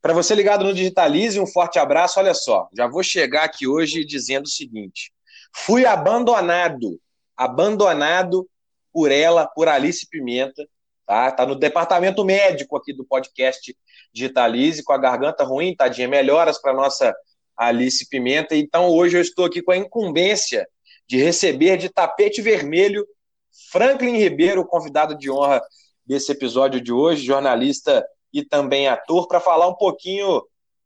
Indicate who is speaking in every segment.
Speaker 1: Para você ligado no Digitalize, um forte abraço. Olha só, já vou chegar aqui hoje dizendo o seguinte: fui abandonado por ela, por Alice Pimenta, tá? Tá no departamento médico aqui do podcast Digitalize, com a garganta ruim, tadinha. Melhoras para nossa Alice Pimenta. Então hoje eu estou aqui com a incumbência de receber de tapete vermelho Franklin Ribeiro, o convidado de honra desse episódio de hoje, jornalista e também ator, para falar um pouquinho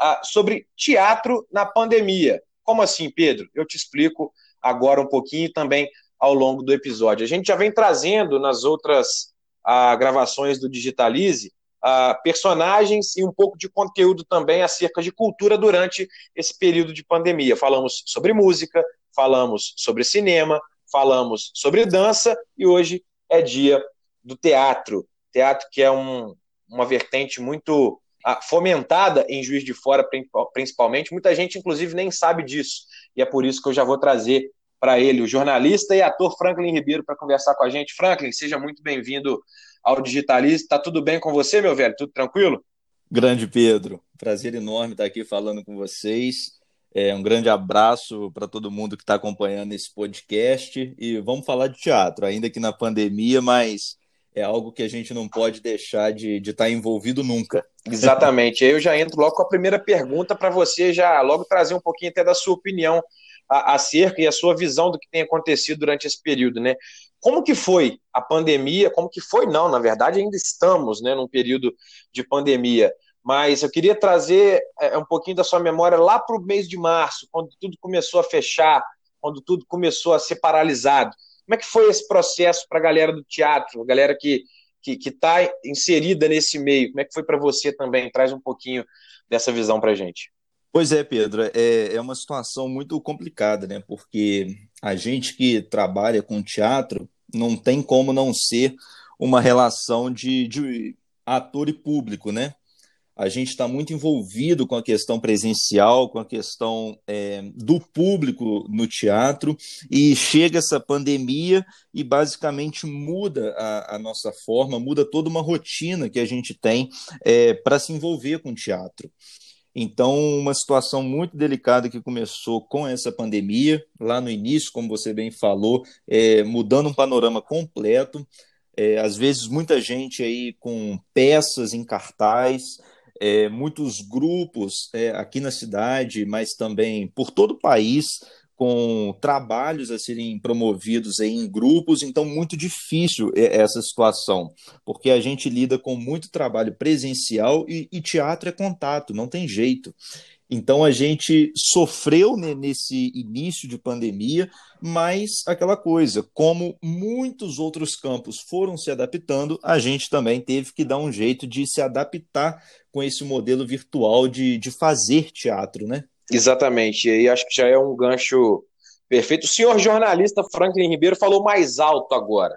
Speaker 1: sobre teatro na pandemia. Como assim, Pedro? Eu te explico agora um pouquinho também ao longo do episódio. A gente já vem trazendo nas outras gravações do Digitalize personagens e um pouco de conteúdo também acerca de cultura durante esse período de pandemia. Falamos sobre música, falamos sobre cinema, falamos sobre dança e hoje é dia do teatro. Teatro que é uma vertente muito fomentada em Juiz de Fora, principalmente. Muita gente, inclusive, nem sabe disso. E é por isso que eu já vou trazer para ele o jornalista e ator Franklin Ribeiro para conversar com a gente. Franklin, seja muito bem-vindo ao Digitalize. Está tudo bem com você, meu velho? Tudo tranquilo?
Speaker 2: Grande Pedro, prazer enorme estar aqui falando com vocês. Um grande abraço para todo mundo que está acompanhando esse podcast. E vamos falar de teatro, ainda que na pandemia, mas é algo que a gente não pode deixar de estar envolvido nunca.
Speaker 1: Exatamente. Aí eu já entro logo com a primeira pergunta para você já logo trazer um pouquinho até da sua opinião acerca e a sua visão do que tem acontecido durante esse período, né? Como que foi a pandemia? Como que foi? Não, na verdade ainda estamos, né, num período de pandemia. Mas eu queria trazer um pouquinho da sua memória lá para o mês de março, quando tudo começou a fechar, quando tudo começou a ser paralisado. Como é que foi esse processo para a galera do teatro, a galera que está inserida nesse meio? Como é que foi para você também? Traz um pouquinho dessa visão para a gente.
Speaker 2: Pois é, Pedro, é uma situação muito complicada, né? Porque a gente que trabalha com teatro não tem como não ser uma relação de ator e público, né? A gente está muito envolvido com a questão presencial, com a questão do público no teatro, e chega essa pandemia e basicamente muda a nossa forma, muda toda uma rotina que a gente tem para se envolver com o teatro. Então, uma situação muito delicada que começou com essa pandemia, lá no início, como você bem falou, mudando um panorama completo. Às vezes, muita gente aí com peças em cartaz, muitos grupos aqui na cidade, mas também por todo o país, com trabalhos a serem promovidos aí em grupos, então muito difícil essa situação, porque a gente lida com muito trabalho presencial e teatro é contato, não tem jeito. Então a gente sofreu, né, nesse início de pandemia, mas aquela coisa, como muitos outros campos foram se adaptando, a gente também teve que dar um jeito de se adaptar com esse modelo virtual de fazer teatro, né?
Speaker 1: Exatamente, e aí acho que já é um gancho perfeito. O senhor jornalista Franklin Ribeiro falou mais alto agora.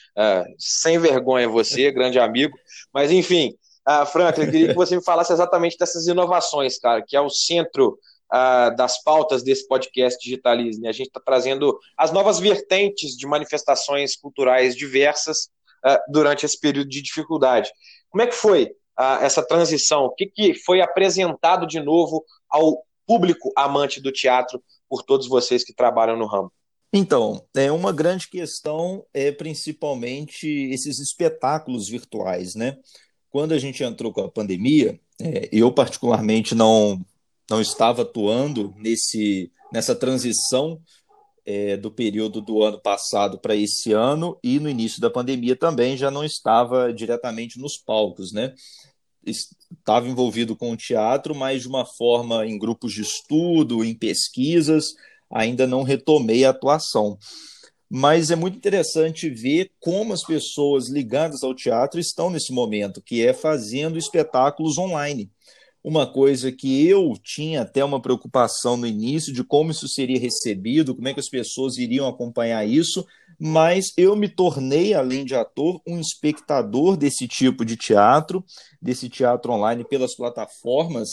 Speaker 1: Sem vergonha você, grande amigo. Mas enfim, Franklin, eu queria que você me falasse exatamente dessas inovações, cara, que é o centro das pautas desse podcast Digitalize, né? A gente está trazendo as novas vertentes de manifestações culturais diversas durante esse período de dificuldade. Como é que foi essa transição? O que foi apresentado de novo ao público amante do teatro por todos vocês que trabalham no ramo?
Speaker 2: Então, uma grande questão é principalmente esses espetáculos virtuais, né? Quando a gente entrou com a pandemia, eu particularmente não estava atuando nessa transição do período do ano passado para esse ano, e no início da pandemia também já não estava diretamente nos palcos, né? Estava envolvido com o teatro, mas de uma forma em grupos de estudo, em pesquisas, ainda não retomei a atuação. Mas é muito interessante ver como as pessoas ligadas ao teatro estão nesse momento, que é fazendo espetáculos online. Uma coisa que eu tinha até uma preocupação no início de como isso seria recebido, como é que as pessoas iriam acompanhar isso, mas eu me tornei, além de ator, um espectador desse tipo de teatro, desse teatro online pelas plataformas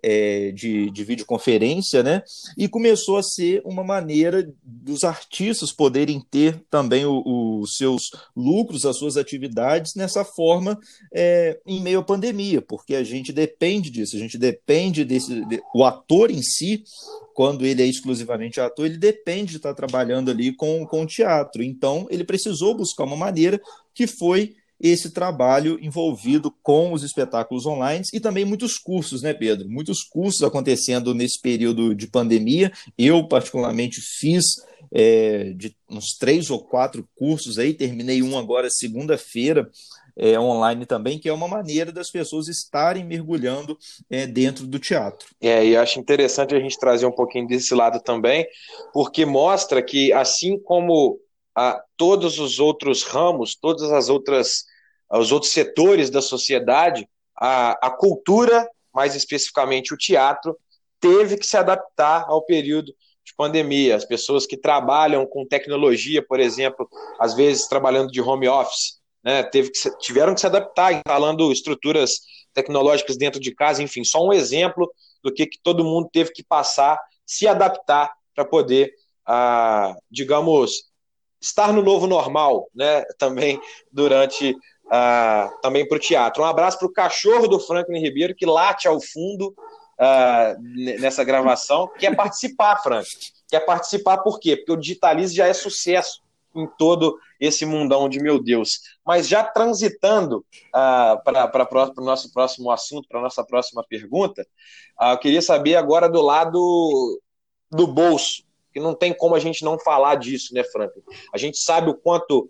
Speaker 2: de videoconferência, né? E começou a ser uma maneira dos artistas poderem ter também os seus lucros, as suas atividades nessa forma, em meio à pandemia, porque a gente depende disso, a gente depende o ator em si, quando ele é exclusivamente ator, ele depende de estar trabalhando ali com o teatro. Então, ele precisou buscar uma maneira que foi esse trabalho envolvido com os espetáculos online e também muitos cursos, né, Pedro? Muitos cursos acontecendo nesse período de pandemia. Eu, particularmente, fiz de uns 3 ou 4 cursos aí, terminei um agora segunda-feira, online também, que é uma maneira das pessoas estarem mergulhando dentro do teatro.
Speaker 1: E eu acho interessante a gente trazer um pouquinho desse lado também, porque mostra que, assim como todos os outros ramos, os outros setores da sociedade, a cultura, mais especificamente o teatro, teve que se adaptar ao período de pandemia. As pessoas que trabalham com tecnologia, por exemplo, às vezes trabalhando de home office, né, tiveram que se adaptar, instalando estruturas tecnológicas dentro de casa, enfim, só um exemplo do que todo mundo teve que passar, se adaptar para poder, digamos, estar no novo normal, né? Também durante, também para o teatro. Um abraço para o cachorro do Franklin Ribeiro, que late ao fundo nessa gravação. Quer participar, Frank? Quer participar por quê? Porque o Digitalize já é sucesso em todo esse mundão de meu Deus. Mas já transitando para o nosso próximo assunto, para a nossa próxima pergunta, eu queria saber agora do lado do bolso, que não tem como a gente não falar disso, né, Franklin? A gente sabe o quanto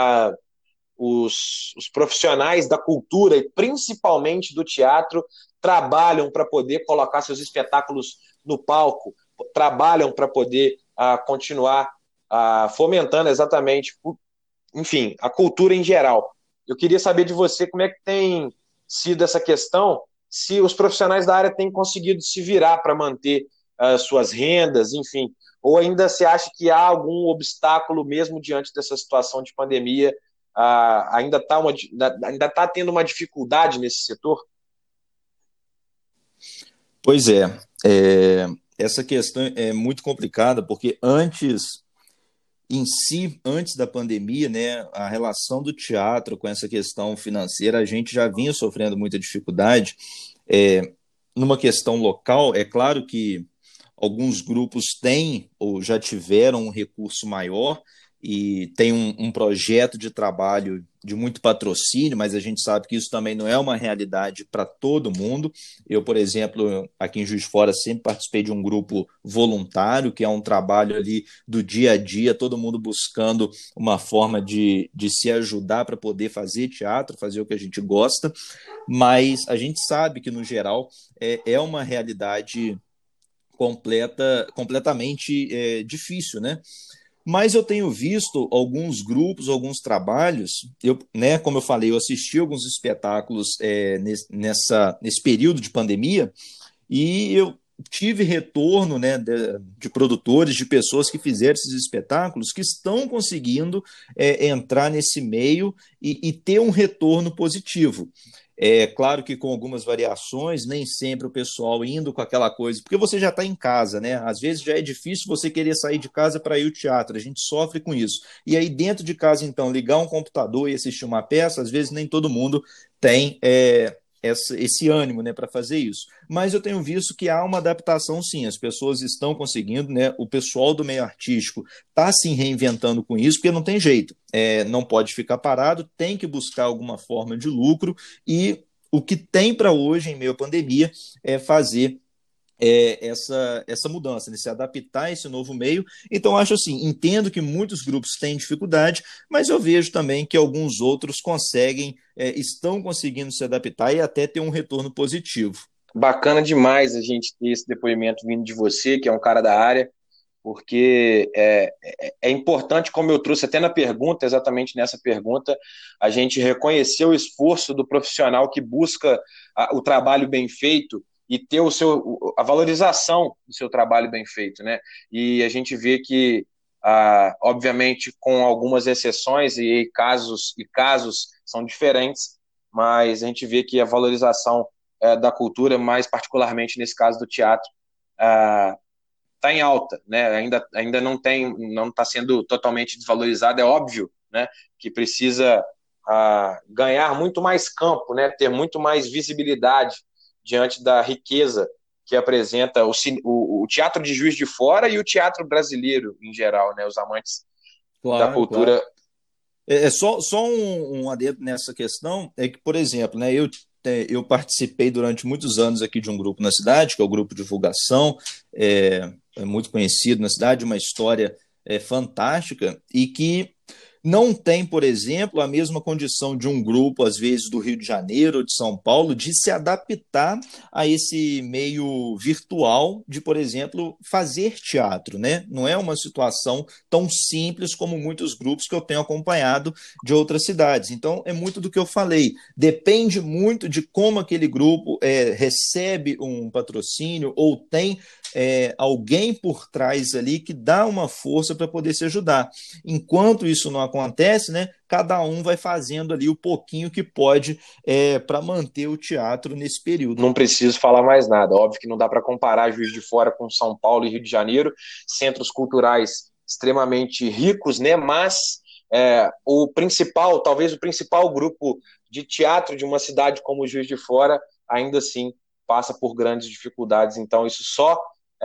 Speaker 1: os profissionais da cultura, e principalmente do teatro, trabalham para poder colocar seus espetáculos no palco, trabalham para poder continuar fomentando exatamente, enfim, a cultura em geral. Eu queria saber de você como é que tem sido essa questão, se os profissionais da área têm conseguido se virar para manter suas rendas, enfim, ou ainda você acha que há algum obstáculo mesmo diante dessa situação de pandemia, ainda está tendo uma dificuldade nesse setor?
Speaker 2: Pois essa questão é muito complicada, porque antes da pandemia, né, a relação do teatro com essa questão financeira, a gente já vinha sofrendo muita dificuldade. Numa questão local, é claro que alguns grupos têm ou já tiveram um recurso maior e tem um projeto de trabalho de muito patrocínio, mas a gente sabe que isso também não é uma realidade para todo mundo. Eu, por exemplo, aqui em Juiz de Fora, sempre participei de um grupo voluntário, que é um trabalho ali do dia a dia, todo mundo buscando uma forma de se ajudar para poder fazer teatro, fazer o que a gente gosta, mas a gente sabe que, no geral, é uma realidade completamente difícil, né? Mas eu tenho visto alguns grupos, alguns trabalhos, né, como eu falei, eu assisti alguns espetáculos nesse período de pandemia e eu tive retorno, né, de produtores, de pessoas que fizeram esses espetáculos que estão conseguindo entrar nesse meio e ter um retorno positivo. É claro que com algumas variações, nem sempre o pessoal indo com aquela coisa, porque você já está em casa, né? Às vezes já é difícil você querer sair de casa para ir ao teatro, a gente sofre com isso. E aí, dentro de casa, então, ligar um computador e assistir uma peça, às vezes nem todo mundo tem esse ânimo, né, para fazer isso. Mas eu tenho visto que há uma adaptação, sim, as pessoas estão conseguindo, né? O pessoal do meio artístico está se reinventando com isso, porque não tem jeito, não pode ficar parado, tem que buscar alguma forma de lucro, e o que tem para hoje, em meio à pandemia, é fazer essa mudança, né? Se adaptar a esse novo meio. Então, acho assim, entendo que muitos grupos têm dificuldade, mas eu vejo também que alguns outros estão conseguindo se adaptar e até ter um retorno positivo.
Speaker 1: Bacana demais a gente ter esse depoimento vindo de você, que é um cara da área, porque é importante, como eu trouxe até na pergunta, exatamente nessa pergunta, a gente reconhecer o esforço do profissional que busca o trabalho bem feito e ter a valorização do seu trabalho bem feito, né? E a gente vê que, obviamente, com algumas exceções e casos são diferentes, mas a gente vê que a valorização da cultura, mais particularmente nesse caso do teatro, está em alta, né? Ainda não está sendo totalmente desvalorizado, é óbvio, né? Que precisa ganhar muito mais campo, né? Ter muito mais visibilidade diante da riqueza que apresenta o teatro de Juiz de Fora e o teatro brasileiro em geral, né? Os amantes da
Speaker 2: Claro, claro.
Speaker 1: cultura.
Speaker 2: Só um adendo nessa questão, é que, por exemplo, né, eu participei durante muitos anos aqui de um grupo na cidade, que é o Grupo de Divulgação, é muito conhecido na cidade, uma história fantástica, e que não tem, por exemplo, a mesma condição de um grupo, às vezes, do Rio de Janeiro ou de São Paulo, de se adaptar a esse meio virtual de, por exemplo, fazer teatro, né? Não é uma situação tão simples como muitos grupos que eu tenho acompanhado de outras cidades. Então, é muito do que eu falei. Depende muito de como aquele grupo recebe um patrocínio ou tem alguém por trás ali que dá uma força para poder se ajudar. Enquanto isso não acontece, né, cada um vai fazendo ali o pouquinho que pode para manter o teatro nesse período.
Speaker 1: Não preciso falar mais nada. Óbvio que não dá para comparar Juiz de Fora com São Paulo e Rio de Janeiro, centros culturais extremamente ricos, né? Mas talvez o principal grupo de teatro de uma cidade como Juiz de Fora, ainda assim passa por grandes dificuldades. Então isso só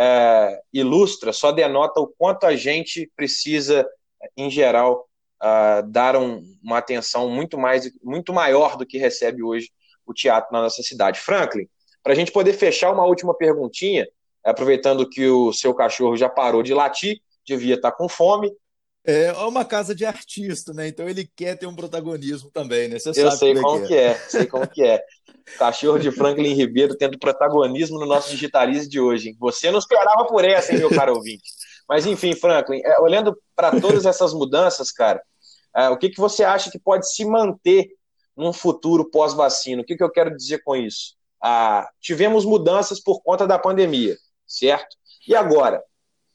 Speaker 1: ilustra, só denota o quanto a gente precisa, em geral, dar uma atenção muito maior do que recebe hoje o teatro na nossa cidade. Franklin, para a gente poder fechar uma última perguntinha, aproveitando que o seu cachorro já parou de latir, devia estar com fome.
Speaker 2: É uma casa de artista, né? Então ele quer ter um protagonismo também, né? Você
Speaker 1: Eu
Speaker 2: sabe
Speaker 1: sei
Speaker 2: como é que
Speaker 1: como
Speaker 2: é.
Speaker 1: que é, sei como que é. O cachorro de Franklin Ribeiro tendo protagonismo no nosso Digitalize de hoje. Hein? Você não esperava por essa, hein, meu caro ouvinte? Mas enfim, Franklin, olhando para todas essas mudanças, cara, o que você acha que pode se manter num futuro pós-vacina? O que eu quero dizer com isso? Tivemos mudanças por conta da pandemia, certo? E agora?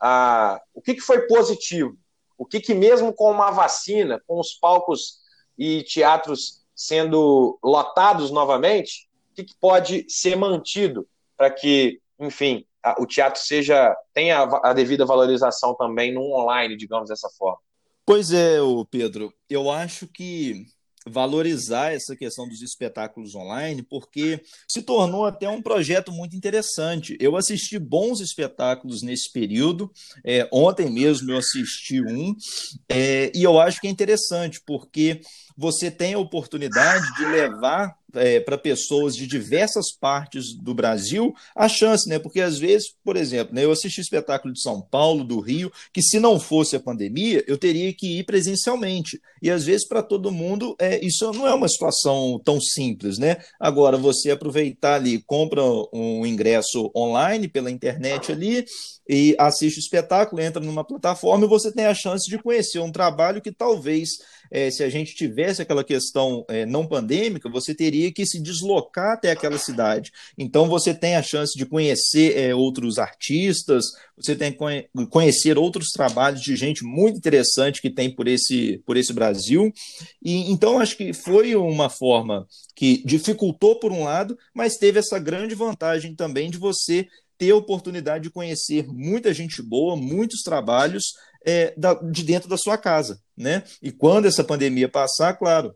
Speaker 1: O que foi positivo? O que mesmo com uma vacina, com os palcos e teatros sendo lotados novamente, o que pode ser mantido para que, enfim, o teatro tenha a devida valorização também no online, digamos dessa forma?
Speaker 2: Pois é, Pedro, eu acho que valorizar essa questão dos espetáculos online, porque se tornou até um projeto muito interessante. Eu assisti bons espetáculos nesse período, ontem mesmo eu assisti um, e eu acho que é interessante, porque você tem a oportunidade de levar para pessoas de diversas partes do Brasil a chance, né? Porque às vezes, por exemplo, né, eu assisti espetáculo de São Paulo, do Rio, que se não fosse a pandemia, eu teria que ir presencialmente. E às vezes, para todo mundo, isso não é uma situação tão simples, né? Agora, você aproveitar ali, compra um ingresso online pela internet ali e assiste o espetáculo, entra numa plataforma e você tem a chance de conhecer um trabalho que talvez se a gente tivesse aquela questão não pandêmica, você teria que se deslocar até aquela cidade. Então, você tem a chance de conhecer outros artistas, você tem que conhecer outros trabalhos de gente muito interessante que tem por esse Brasil. E então, acho que foi uma forma que dificultou por um lado, mas teve essa grande vantagem também de você ter a oportunidade de conhecer muita gente boa, muitos trabalhos de dentro da sua casa, né? E quando essa pandemia passar, claro,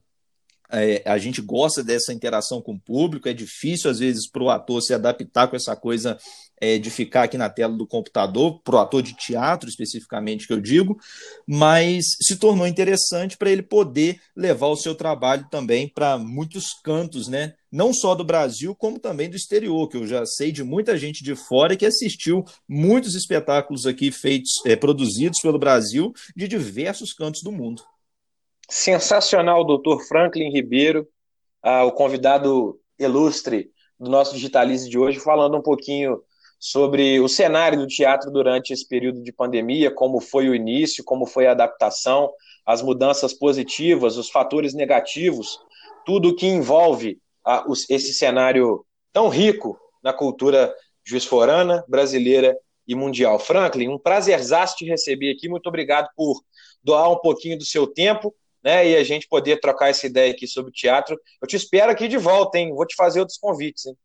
Speaker 2: a gente gosta dessa interação com o público, é difícil às vezes para o ator se adaptar com essa coisa de ficar aqui na tela do computador, para o ator de teatro especificamente que eu digo, mas se tornou interessante para ele poder levar o seu trabalho também para muitos cantos, né? Não só do Brasil, como também do exterior, que eu já sei de muita gente de fora que assistiu muitos espetáculos aqui feitos, produzidos pelo Brasil, de diversos cantos do mundo.
Speaker 1: Sensacional, doutor Franklin Ribeiro, o convidado ilustre do nosso Digitalize de hoje, falando um pouquinho sobre o cenário do teatro durante esse período de pandemia, como foi o início, como foi a adaptação, as mudanças positivas, os fatores negativos, tudo que envolve esse cenário tão rico na cultura juiz-forana, brasileira e mundial. Franklin, um prazerzaço te receber aqui, muito obrigado por doar um pouquinho do seu tempo, né, e a gente poder trocar essa ideia aqui sobre o teatro. Eu te espero aqui de volta, hein? Vou te fazer outros convites, hein?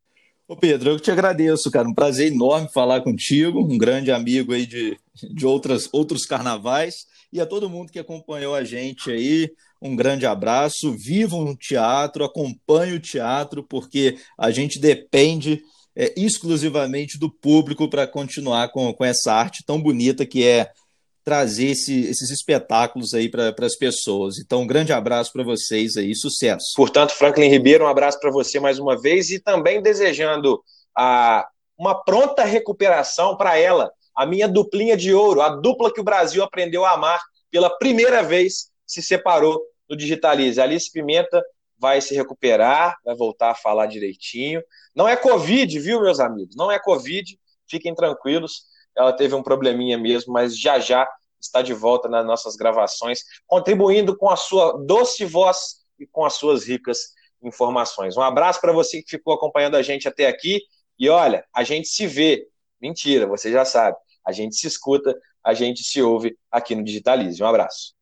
Speaker 2: Ô Pedro, eu que te agradeço, cara. Um prazer enorme falar contigo, um grande amigo aí de outros carnavais. E a todo mundo que acompanhou a gente aí, um grande abraço. Vivam o teatro, acompanhe o teatro, porque a gente depende exclusivamente do público para continuar com essa arte tão bonita que é trazer esses espetáculos aí para as pessoas. Então, um grande abraço para vocês aí, sucesso.
Speaker 1: Portanto, Franklin Ribeiro, um abraço para você mais uma vez e também desejando uma pronta recuperação para ela, a minha duplinha de ouro, a dupla que o Brasil aprendeu a amar pela primeira vez, se separou no Digitalize. Alice Pimenta vai se recuperar, vai voltar a falar direitinho. Não é Covid, viu, meus amigos? Não é Covid, fiquem tranquilos. Ela teve um probleminha mesmo, mas já já está de volta nas nossas gravações, contribuindo com a sua doce voz e com as suas ricas informações. Um abraço para você que ficou acompanhando a gente até aqui. E olha, a gente se vê. Mentira, você já sabe. A gente se escuta, a gente se ouve aqui no Digitalize. Um abraço.